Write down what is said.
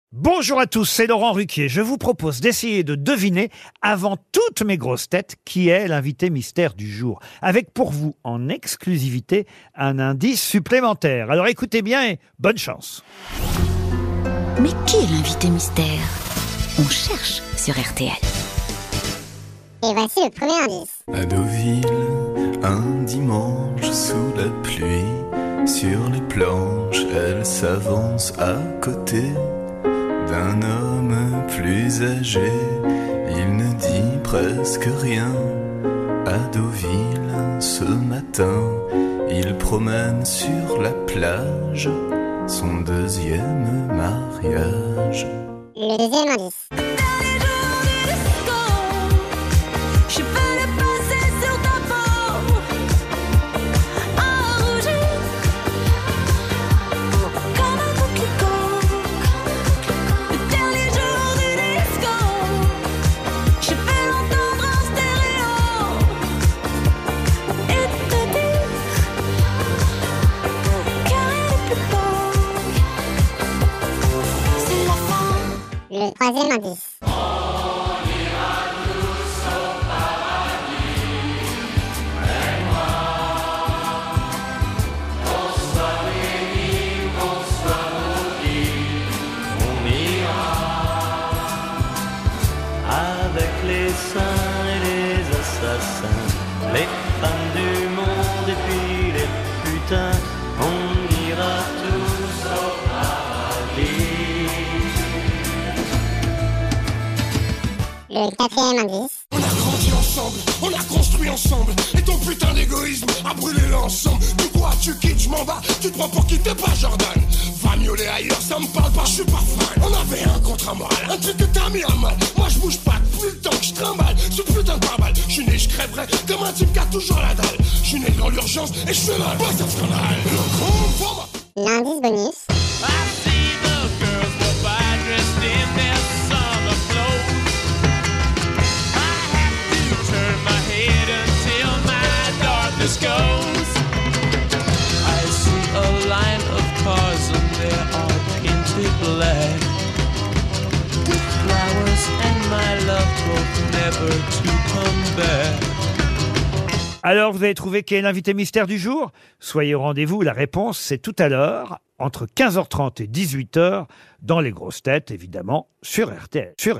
Bonjour à tous, c'est Laurent Ruquier. Je vous propose d'essayer de deviner, avant toutes mes grosses têtes, qui est l'invité mystère du jour. Avec pour vous, en exclusivité, un indice supplémentaire. Alors écoutez bien et bonne chance. Mais qui est l'invité mystère? On cherche sur RTL. Et voici le premier indice. À Deauville, un dimanche sous la pluie, sur les planches, elle s'avance à côté d'un homme plus âgé. Il ne dit presque rien. À Deauville, ce matin, il promène sur la plage son deuxième mariage. Le deuxième indice. Le troisième indice. Avec les saints et les assassins, les femmes du monde et puis les putains, on ira tous au paradis. Le quatrième indice. On a grandi ensemble, on a construit ensemble, et ton putain d'égoïsme a brûlé l'ensemble. Du coup, tu quittes, je m'en bats, tu te prends pour quitter pas Jordan. Va miauler ailleurs, ça me parle pas, je suis pas fan. On avait un contrat moral, un truc que t'as mis à mal. Moi je bouge pas depuis le temps que je trimballe ce putain de pare-balles. Je suis né, je crèverai comme un type qui a toujours la dalle. Je suis né dans l'urgence et je fais mal, pas ça scandale. Le con pour moi. L'indice bonus. I see a line of cars and they are painted black with flowers and my love hope never to come back. Alors, vous avez trouvé qui est l'invité mystère du jour? Soyez au rendez-vous, la réponse c'est tout à l'heure, entre 15h30 et 18h, dans les grosses têtes, évidemment, sur RTL.